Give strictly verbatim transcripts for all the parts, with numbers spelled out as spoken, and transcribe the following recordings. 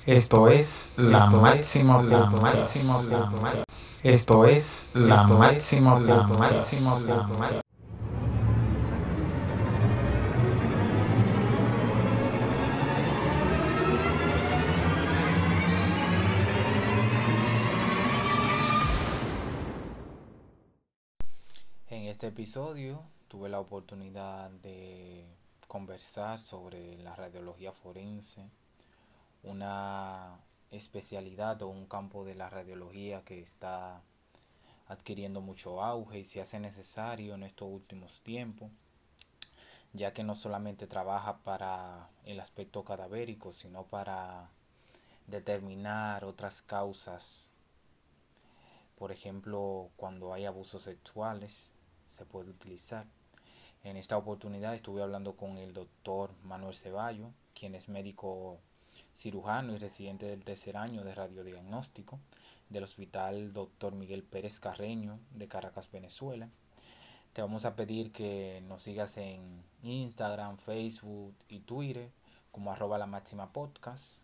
Esto es la máxima la máxima la máxima. Esto es la máxima la máxima la máxima. En este episodio tuve la oportunidad de conversar sobre la radiología forense, una especialidad o un campo de la radiología que está adquiriendo mucho auge y se hace necesario en estos últimos tiempos, ya que no solamente trabaja para el aspecto cadavérico, sino para determinar otras causas. Por ejemplo, cuando hay abusos sexuales, se puede utilizar. En esta oportunidad estuve hablando con el doctor Manuel Ceballos, quien es médico cirujano y residente del tercer año de radiodiagnóstico del Hospital doctor Miguel Pérez Carreño de Caracas, Venezuela. Te vamos a pedir que nos sigas en Instagram, Facebook y Twitter como arroba la máxima podcast.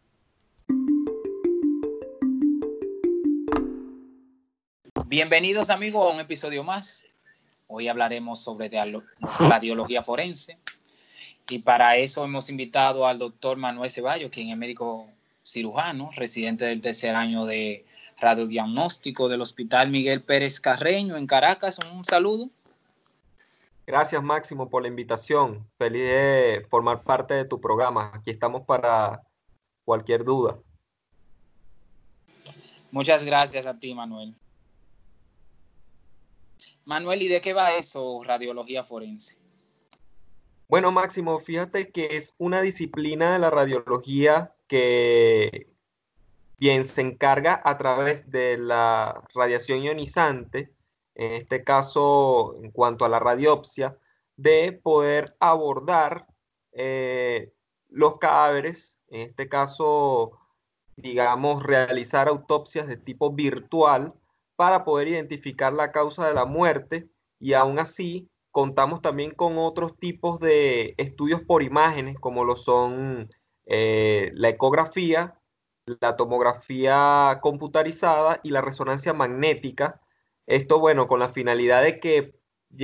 Bienvenidos amigos a un episodio más. Hoy hablaremos sobre radiología forense y para eso hemos invitado al doctor Manuel Ceballos, quien es médico cirujano, residente del tercer año de radiodiagnóstico del Hospital Miguel Pérez Carreño en Caracas. Un saludo. Gracias, Máximo, por la invitación. Feliz de formar parte de tu programa. Aquí estamos para cualquier duda. Muchas gracias a ti, Manuel. Manuel, ¿y de qué va eso, radiología forense? Bueno, Máximo, fíjate que es una disciplina de la radiología que bien se encarga a través de la radiación ionizante, en este caso en cuanto a la radiopsia, de poder abordar eh, los cadáveres, en este caso, digamos, realizar autopsias de tipo virtual para poder identificar la causa de la muerte, y aún así contamos también con otros tipos de estudios por imágenes como lo son eh, la ecografía, la tomografía computarizada y la resonancia magnética. Esto, bueno, con la finalidad de que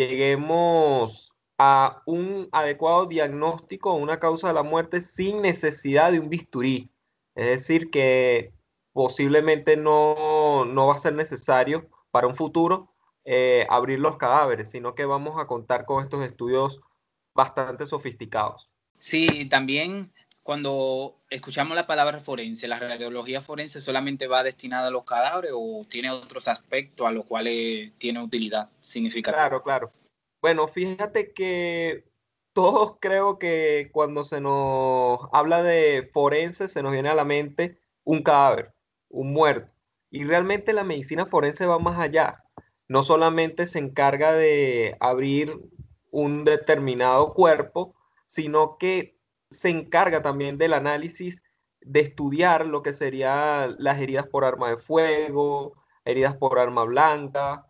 lleguemos a un adecuado diagnóstico o una causa de la muerte sin necesidad de un bisturí. Es decir, que posiblemente no, no va a ser necesario para un futuro eh, abrir los cadáveres, sino que vamos a contar con estos estudios bastante sofisticados. Sí, también cuando escuchamos la palabra forense, ¿la radiología forense solamente va destinada a los cadáveres o tiene otros aspectos a los cuales tiene utilidad significativa? Claro, claro. Bueno, fíjate que todos creo que cuando se nos habla de forense se nos viene a la mente un cadáver, un muerto. Y realmente la medicina forense va más allá. No solamente se encarga de abrir un determinado cuerpo, sino que se encarga también del análisis de estudiar lo que serían las heridas por arma de fuego, heridas por arma blanca,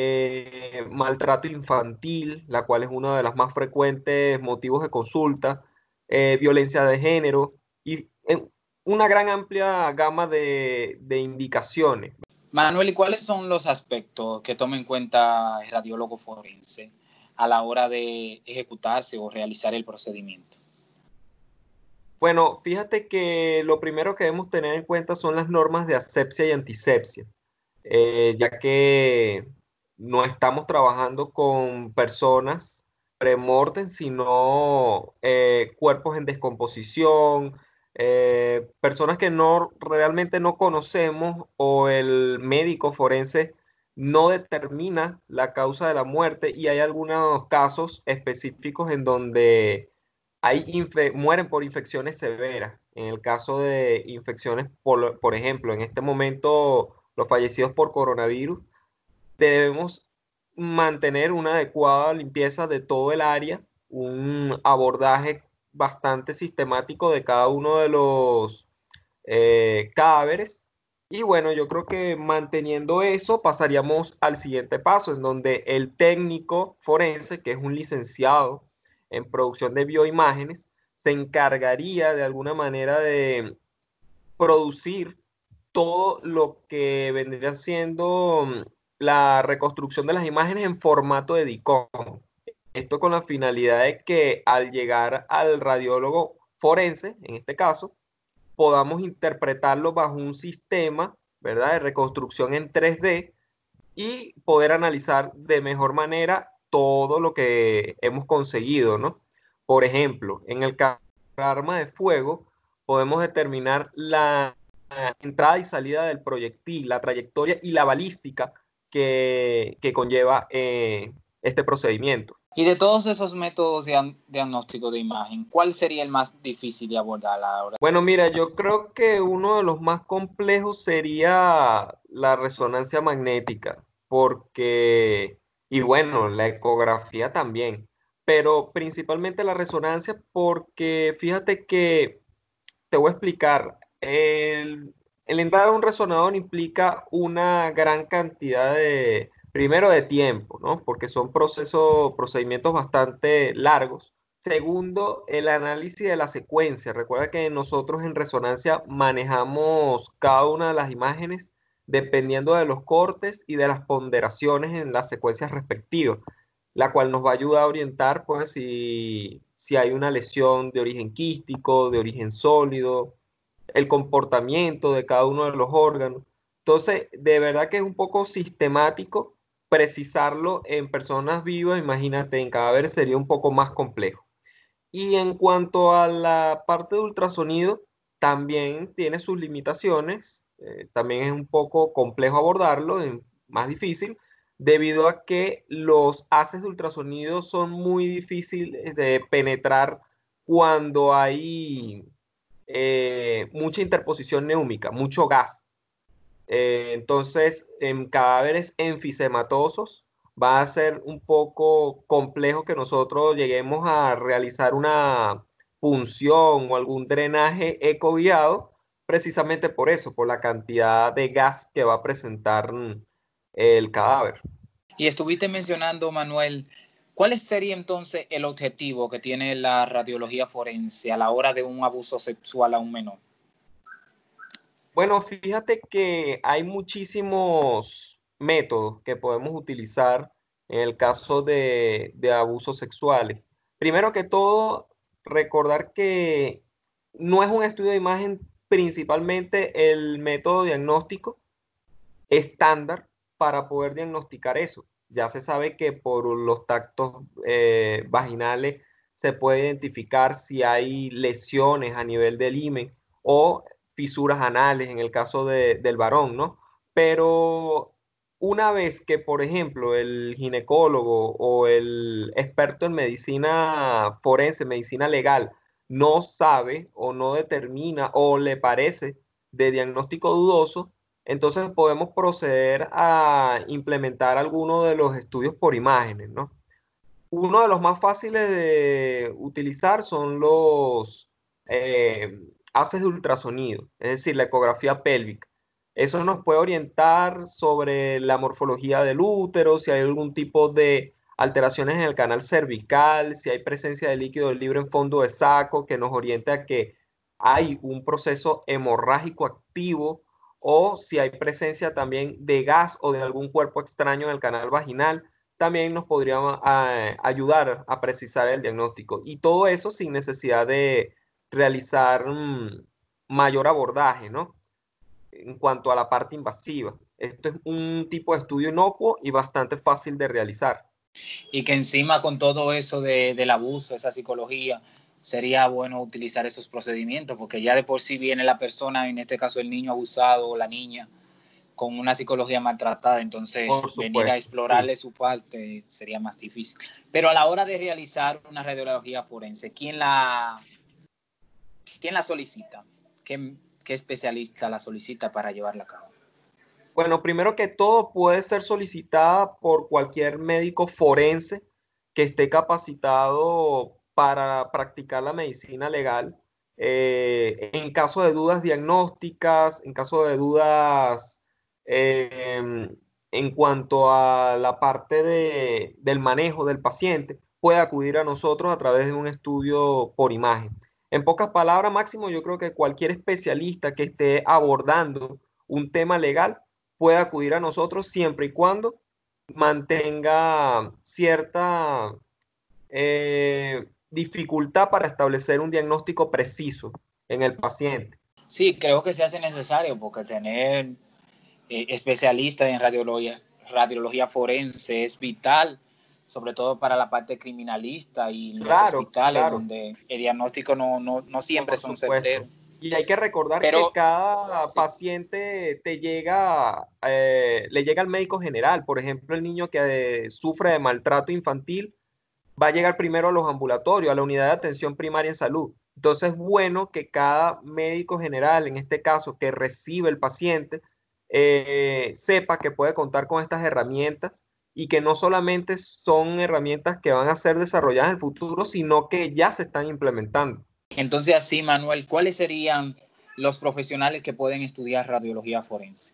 eh, maltrato infantil, la cual es uno de los más frecuentes motivos de consulta, eh, violencia de género y eh, una gran amplia gama de, de indicaciones. Manuel, ¿y cuáles son los aspectos que toma en cuenta el radiólogo forense a la hora de ejecutarse o realizar el procedimiento? Bueno, fíjate que lo primero que debemos tener en cuenta son las normas de asepsia y antisepsia, eh, ya que no estamos trabajando con personas premortem, sino eh, cuerpos en descomposición, eh, personas que no realmente no conocemos o el médico forense no determina la causa de la muerte, y hay algunos casos específicos en donde hay infe- mueren por infecciones severas. En el caso de infecciones, por, por ejemplo, en este momento los fallecidos por coronavirus, debemos mantener una adecuada limpieza de todo el área, un abordaje bastante sistemático de cada uno de los eh, cadáveres. Y bueno, yo creo que manteniendo eso pasaríamos al siguiente paso, en donde el técnico forense, que es un licenciado en producción de bioimágenes, se encargaría de alguna manera de producir todo lo que vendría siendo la reconstrucción de las imágenes en formato de D I C O M. Esto con la finalidad de que al llegar al radiólogo forense, en este caso, podamos interpretarlo bajo un sistema, ¿verdad?, de reconstrucción en tres D y poder analizar de mejor manera todo lo que hemos conseguido, ¿no? Por ejemplo, en el caso de arma de fuego, podemos determinar la entrada y salida del proyectil, la trayectoria y la balística que, que conlleva eh, este procedimiento. Y de todos esos métodos de diagnóstico de imagen, ¿cuál sería el más difícil de abordar a la hora? Bueno, mira, yo creo que uno de los más complejos sería la resonancia magnética, porque, y bueno, la ecografía también, pero principalmente la resonancia porque fíjate que, te voy a explicar, el, el entrar a un resonador implica una gran cantidad de, primero de tiempo, ¿no? Porque son procesos, procedimientos bastante largos. Segundo, el análisis de la secuencia. Recuerda que nosotros en resonancia manejamos cada una de las imágenes dependiendo de los cortes y de las ponderaciones en las secuencias respectivas, la cual nos va a ayudar a orientar pues si, si hay una lesión de origen quístico, de origen sólido, el comportamiento de cada uno de los órganos. Entonces, de verdad que es un poco sistemático precisarlo en personas vivas, imagínate, en cadáveres sería un poco más complejo. Y en cuanto a la parte de ultrasonido, también tiene sus limitaciones, eh, también es un poco complejo abordarlo, es más difícil, debido a que los haces de ultrasonido son muy difíciles de penetrar cuando hay eh, mucha interposición neúmica, mucho gas. Eh, entonces, en cadáveres enfisematosos va a ser un poco complejo que nosotros lleguemos a realizar una punción o algún drenaje ecoguiado, precisamente por eso, por la cantidad de gas que va a presentar mm, el cadáver. Y estuviste mencionando, Manuel, ¿cuál sería entonces el objetivo que tiene la radiología forense a la hora de un abuso sexual a un menor? Bueno, fíjate que hay muchísimos métodos que podemos utilizar en el caso de, de abusos sexuales. Primero que todo, recordar que no es un estudio de imagen principalmente el método diagnóstico estándar para poder diagnosticar eso. Ya se sabe que por los tactos eh, vaginales se puede identificar si hay lesiones a nivel del himen o fisuras anales en el caso de, del varón, ¿no? Pero una vez que, por ejemplo, el ginecólogo o el experto en medicina forense, medicina legal, no sabe o no determina o le parece de diagnóstico dudoso, entonces podemos proceder a implementar algunos de los estudios por imágenes, ¿no? Uno de los más fáciles de utilizar son los eh, haces de ultrasonido, es decir, la ecografía pélvica. Eso nos puede orientar sobre la morfología del útero, si hay algún tipo de alteraciones en el canal cervical, si hay presencia de líquido libre en fondo de saco, que nos oriente a que hay un proceso hemorrágico activo, o si hay presencia también de gas o de algún cuerpo extraño en el canal vaginal, también nos podría a, ayudar a precisar el diagnóstico. Y todo eso sin necesidad de realizar um, mayor abordaje, ¿no? En cuanto a la parte invasiva. Esto es un tipo de estudio inocuo y bastante fácil de realizar. Y que encima con todo eso de, del abuso, esa psicología, sería bueno utilizar esos procedimientos, porque ya de por sí viene la persona, en este caso el niño abusado o la niña, con una psicología maltratada, entonces venir a explorarle sí. su parte sería más difícil. Pero a la hora de realizar una radiología forense, ¿quién la, quién la solicita? ¿Qué, qué especialista la solicita para llevarla a cabo? Bueno, primero que todo puede ser solicitada por cualquier médico forense que esté capacitado para practicar la medicina legal. Eh, en caso de dudas diagnósticas, en caso de dudas eh, en cuanto a la parte de, del manejo del paciente, puede acudir a nosotros a través de un estudio por imagen. En pocas palabras, Máximo, yo creo que cualquier especialista que esté abordando un tema legal puede acudir a nosotros siempre y cuando mantenga cierta eh, dificultad para establecer un diagnóstico preciso en el paciente. Sí, creo que se hace necesario porque tener eh, especialistas en radiología, radiología forense es vital, sobre todo para la parte criminalista y los Claro, hospitales claro. donde el diagnóstico no, no, no siempre Por son supuesto. certeros. Y hay que recordar que Pero cada sí, paciente te llega, eh, le llega al médico general. Por ejemplo, el niño que eh, sufre de maltrato infantil va a llegar primero a los ambulatorios, a la unidad de atención primaria en salud. Entonces es bueno que cada médico general, en este caso, que recibe el paciente, eh, sepa que puede contar con estas herramientas y que no solamente son herramientas que van a ser desarrolladas en el futuro, sino que ya se están implementando. entonces así, Manuel, ¿cuáles serían los profesionales que pueden estudiar radiología forense?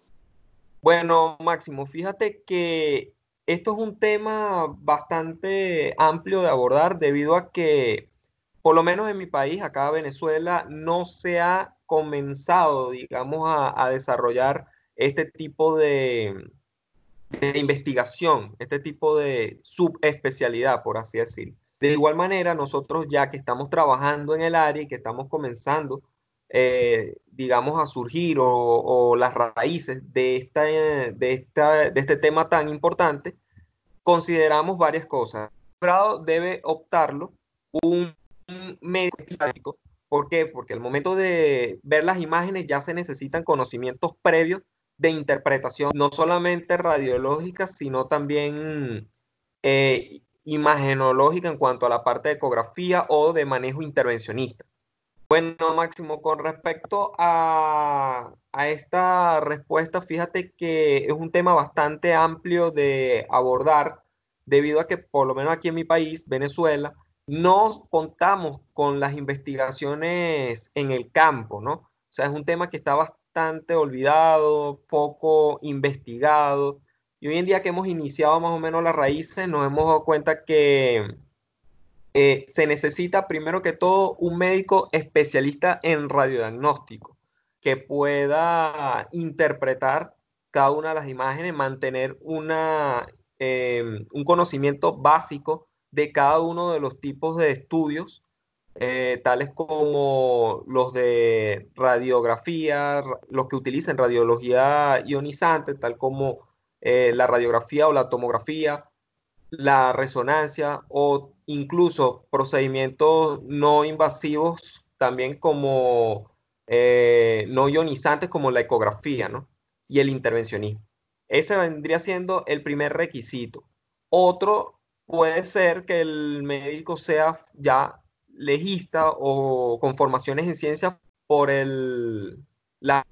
Bueno, Máximo, fíjate que esto es un tema bastante amplio de abordar debido a que, por lo menos en mi país, acá en Venezuela, no se ha comenzado, digamos, a, a desarrollar este tipo de, de investigación, este tipo de subespecialidad, por así decirlo. De igual manera, nosotros ya que estamos trabajando en el área y que estamos comenzando, eh, digamos, a surgir o, o las raíces de, esta, de, esta, de este tema tan importante, consideramos varias cosas. El grado debe optarlo un médico estático. ¿Por qué? Porque al momento de ver las imágenes ya se necesitan conocimientos previos de interpretación, no solamente radiológica, sino también eh, imagenológica en cuanto a la parte de ecografía o de manejo intervencionista. Bueno, Máximo, con respecto a, a esta respuesta, fíjate que es un tema bastante amplio de abordar, debido a que, por lo menos aquí en mi país, Venezuela, no contamos con las investigaciones en el campo, ¿no? O sea, es un tema que está bastante olvidado, poco investigado, y hoy en día que hemos iniciado más o menos las raíces, nos hemos dado cuenta que eh, se necesita primero que todo un médico especialista en radiodiagnóstico que pueda interpretar cada una de las imágenes, mantener una, eh, un conocimiento básico de cada uno de los tipos de estudios, eh, tales como los de radiografía, los que utilizan radiología ionizante, tal como eh, la radiografía o la tomografía, la resonancia o incluso procedimientos no invasivos también como eh, no ionizantes como la ecografía, ¿no? Y el intervencionismo. Ese vendría siendo el primer requisito. Otro puede ser que el médico sea ya legista o con formaciones en ciencia por el, la,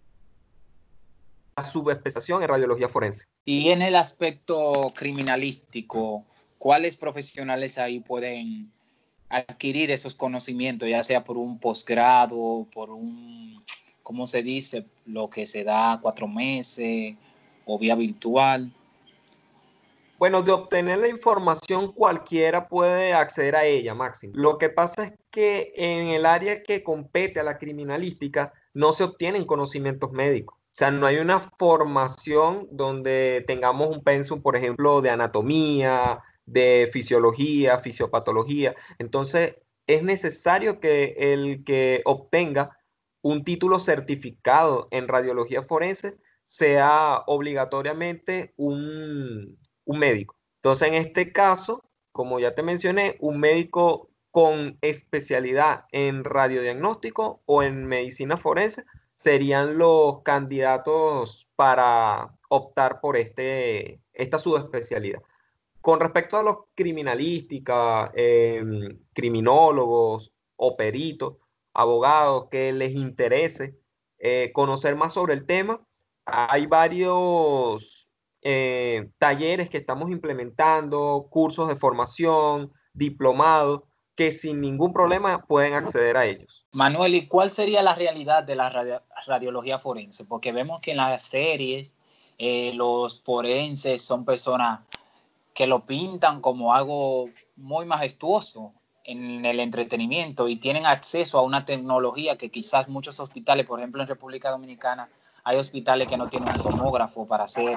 la subespecialización en radiología forense. Y en el aspecto criminalístico, ¿cuáles profesionales ahí pueden adquirir esos conocimientos, ya sea por un posgrado, por un, ¿cómo se dice? Lo que se da cuatro meses o vía virtual. Bueno, de obtener la información cualquiera puede acceder a ella, Máximo. Lo que pasa es que en el área que compete a la criminalística no se obtienen conocimientos médicos. O sea, no hay una formación donde tengamos un pensum, por ejemplo, de anatomía, de fisiología, fisiopatología. Entonces, es necesario que el que obtenga un título certificado en radiología forense sea obligatoriamente un un médico. Entonces, en este caso, como ya te mencioné, un médico con especialidad en radiodiagnóstico o en medicina forense serían los candidatos para optar por este, esta subespecialidad. Con respecto a los criminalística, eh, criminólogos o peritos, abogados que les interese eh, conocer más sobre el tema, hay varios eh, talleres que estamos implementando, cursos de formación, diplomados, que sin ningún problema pueden acceder a ellos. Manuel, ¿y cuál sería la realidad de la radio, radiología forense? Porque vemos que en las series eh, los forenses son personas que lo pintan como algo muy majestuoso en el entretenimiento y tienen acceso a una tecnología que quizás muchos hospitales, por ejemplo en República Dominicana, hay hospitales que no tienen un tomógrafo para hacer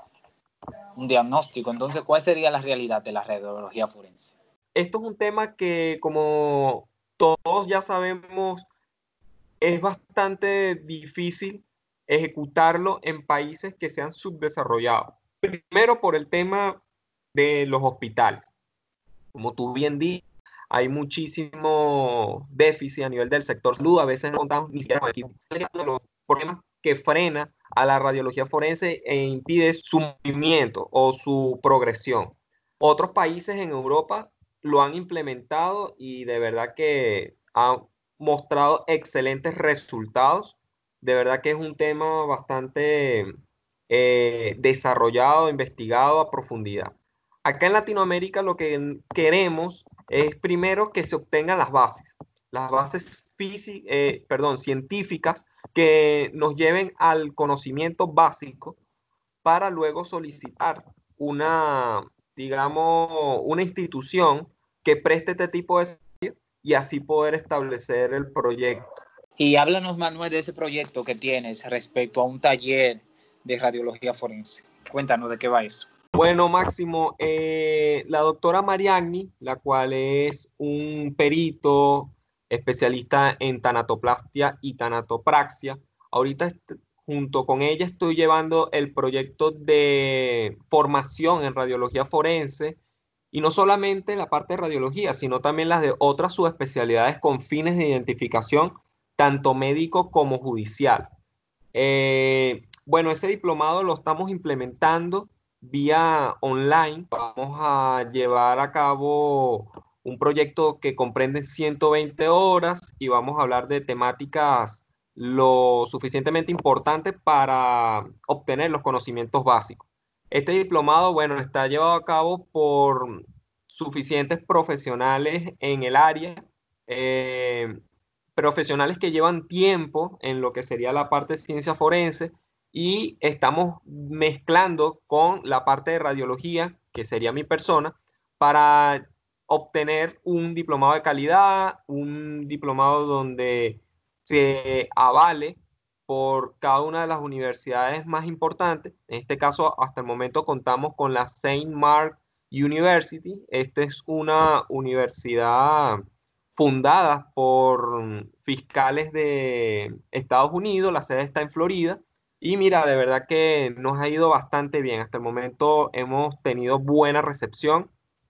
un diagnóstico. Entonces, ¿cuál sería la realidad de la radiología forense? Esto es un tema que, como todos ya sabemos, es bastante difícil ejecutarlo en países que sean subdesarrollados. Primero por el tema de los hospitales. Como tú bien dices, hay muchísimo déficit a nivel del sector salud, a veces no contamos ni siquiera con equipo. Uno de los problemas que frena a la radiología forense e impide su movimiento o su progresión. Otros países en Europa lo han implementado y de verdad que han mostrado excelentes resultados. De verdad que es un tema bastante eh, desarrollado, investigado a profundidad. Acá en Latinoamérica lo que queremos es primero que se obtengan las bases, las bases físicas, eh, perdón, científicas que nos lleven al conocimiento básico para luego solicitar una, digamos, una institución que preste este tipo de servicio y así poder establecer el proyecto. Y háblanos, Manuel, de ese proyecto que tienes respecto a un taller de radiología forense. Cuéntanos de qué va eso. Bueno, Máximo, eh, la doctora Mariagni, la cual es un perito especialista en tanatoplastia y tanatopraxia, ahorita junto con ella estoy llevando el proyecto de formación en radiología forense y no solamente la parte de radiología, sino también las de otras subespecialidades con fines de identificación, tanto médico como judicial. Eh, bueno, ese diplomado lo estamos implementando vía online. Vamos a llevar a cabo un proyecto que comprende ciento veinte horas y vamos a hablar de temáticas lo suficientemente importantes para obtener los conocimientos básicos. Este diplomado, bueno, está llevado a cabo por suficientes profesionales en el área, eh, profesionales que llevan tiempo en lo que sería la parte de ciencia forense y estamos mezclando con la parte de radiología, que sería mi persona, para obtener un diplomado de calidad, un diplomado donde se avale por cada una de las universidades más importantes. En este caso, hasta el momento contamos con la Saint Mark University. Esta es una universidad fundada por fiscales de Estados Unidos, la sede está en Florida, y mira, de verdad que nos ha ido bastante bien. Hasta el momento hemos tenido buena recepción.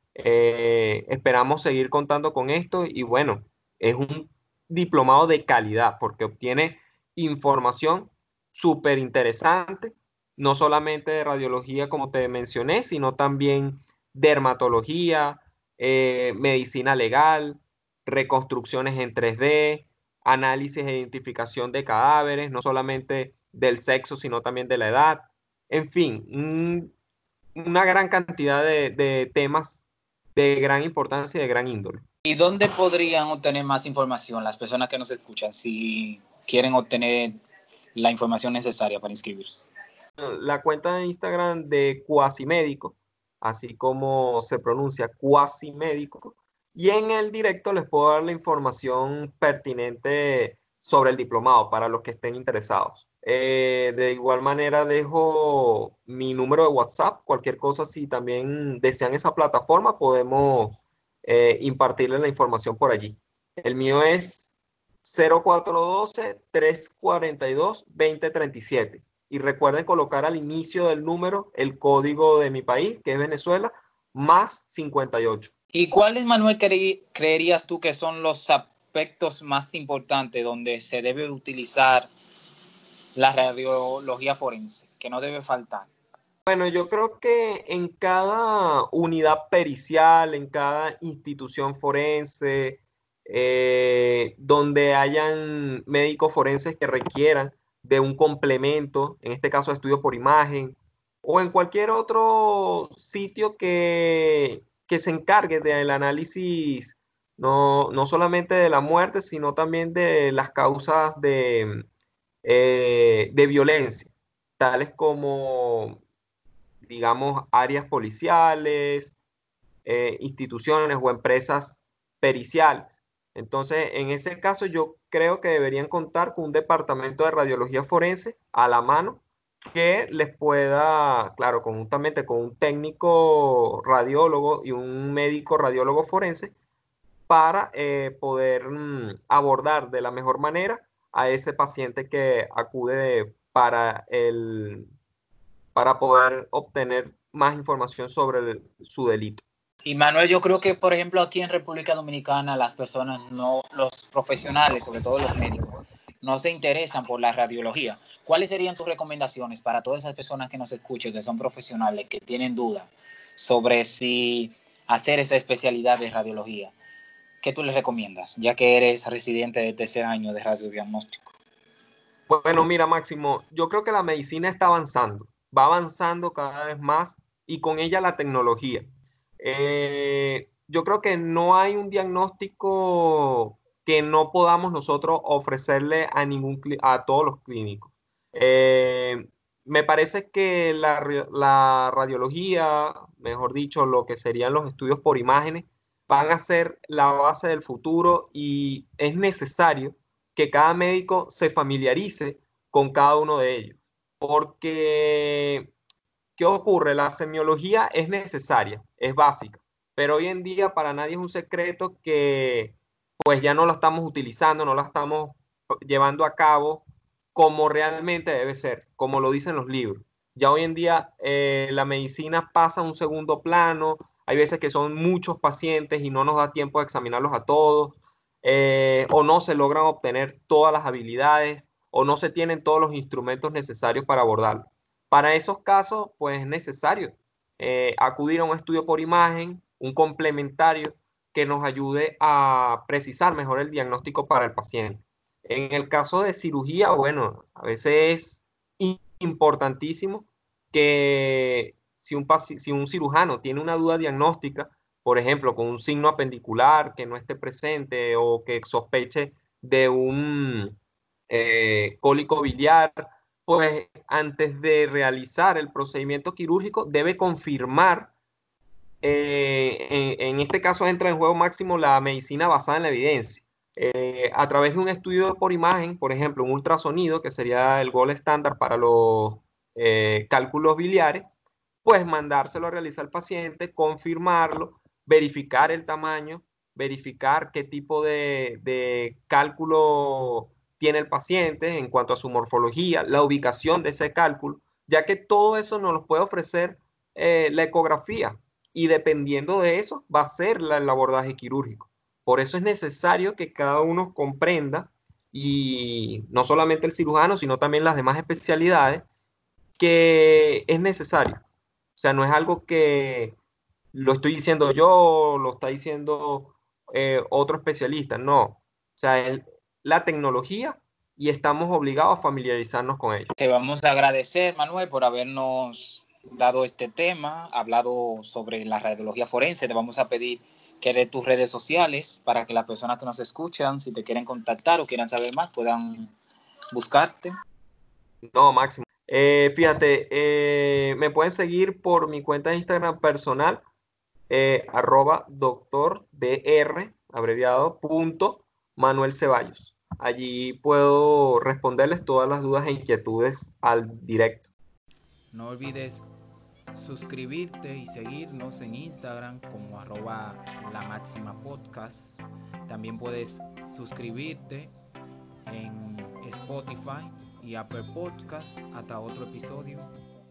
Eh, esperamos seguir contando con esto y bueno, es un diplomado de calidad porque obtiene información súper interesante, no solamente de radiología como te mencioné, sino también dermatología, eh, medicina legal, reconstrucciones en tres D, análisis e identificación de cadáveres, no solamente del sexo, sino también de la edad. En fin, un, una gran cantidad de, de temas de gran importancia y de gran índole. ¿Y dónde podrían obtener más información las personas que nos escuchan si quieren obtener la información necesaria para inscribirse? La cuenta de Instagram de Cuasimédico, así como se pronuncia Cuasimédico, y en el directo les puedo dar la información pertinente sobre el diplomado para los que estén interesados. Eh, de igual manera dejo mi número de WhatsApp, cualquier cosa, si también desean esa plataforma, podemos eh, impartirles la información por allí. El mío es cero cuatro uno dos, tres cuatro dos, dos cero tres siete. Y recuerden colocar al inicio del número el código de mi país, que es Venezuela, más cincuenta y ocho. ¿Y cuáles, Manuel, cre creerías tú que son los aspectos más importantes donde se debe utilizar la radiología forense, que no debe faltar? Bueno, yo creo que en cada unidad pericial, en cada institución forense, eh, donde hayan médicos forenses que requieran de un complemento, en este caso estudio por imagen, o en cualquier otro sitio que, que se encargue del análisis, no, no solamente de la muerte, sino también de las causas de, eh, de violencia, tales como, digamos, áreas policiales, eh, instituciones o empresas periciales. Entonces, en ese caso, yo creo que deberían contar con un departamento de radiología forense a la mano que les pueda, claro, conjuntamente con un técnico radiólogo y un médico radiólogo forense, para eh, poder mm, abordar de la mejor manera a ese paciente que acude para, el, para poder obtener más información sobre el, su delito. Y Manuel, yo creo que, por ejemplo, aquí en República Dominicana, las personas, no, los profesionales, sobre todo los médicos, no se interesan por la radiología. ¿Cuáles serían tus recomendaciones para todas esas personas que nos escuchan, que son profesionales, que tienen dudas sobre si hacer esa especialidad de radiología? ¿Qué tú les recomiendas, ya que eres residente de tercer año de radiodiagnóstico? Bueno, mira, Máximo, yo creo que la medicina está avanzando, va avanzando cada vez más y con ella la tecnología. Eh, yo creo que no hay un diagnóstico que no podamos nosotros ofrecerle a, ningún, a todos los clínicos. Eh, me parece que la, la radiología, mejor dicho, lo que serían los estudios por imágenes, van a ser la base del futuro y es necesario que cada médico se familiarice con cada uno de ellos. Porque, ¿qué ocurre? La semiología es necesaria, es básica, pero hoy en día para nadie es un secreto que pues ya no la estamos utilizando, no la estamos llevando a cabo como realmente debe ser, como lo dicen los libros. Ya hoy en día eh, la medicina pasa a un segundo plano, hay veces que son muchos pacientes y no nos da tiempo de examinarlos a todos, eh, o no se logran obtener todas las habilidades, o no se tienen todos los instrumentos necesarios para abordarlo. Para esos casos, pues es necesario eh, acudir a un estudio por imagen, un complementario que nos ayude a precisar mejor el diagnóstico para el paciente. En el caso de cirugía, bueno, a veces es importantísimo que si un, si un cirujano tiene una duda diagnóstica, por ejemplo, con un signo apendicular que no esté presente o que sospeche de un eh, cólico biliar, pues antes de realizar el procedimiento quirúrgico debe confirmar, eh, en, en este caso entra en juego máximo la medicina basada en la evidencia. Eh, a través de un estudio por imagen, por ejemplo, un ultrasonido, que sería el gold estándar para los eh, cálculos biliares, pues mandárselo a realizar al paciente, confirmarlo, verificar el tamaño, verificar qué tipo de, de cálculo tiene el paciente en cuanto a su morfología, la ubicación de ese cálculo, ya que todo eso nos lo puede ofrecer eh, la ecografía y dependiendo de eso va a ser la, el abordaje quirúrgico. Por eso es necesario que cada uno comprenda, y no solamente el cirujano, sino también las demás especialidades, que es necesario. O sea, no es algo que lo estoy diciendo yo, lo está diciendo eh, otro especialista, no. O sea, es la tecnología y estamos obligados a familiarizarnos con ello. Te vamos a agradecer, Manuel, por habernos dado este tema, hablado sobre la radiología forense. Te vamos a pedir que dé tus redes sociales para que las personas que nos escuchan, si te quieren contactar o quieran saber más, puedan buscarte. No, Máximo. Eh, fíjate, eh, me pueden seguir por mi cuenta de Instagram personal, eh, arroba doctor dr, abreviado, punto, Manuel Ceballos. Allí puedo responderles todas las dudas e inquietudes al directo. No olvides suscribirte y seguirnos en Instagram como arroba la máxima podcast. También puedes suscribirte en Spotify y Apple Podcast. Hasta otro episodio.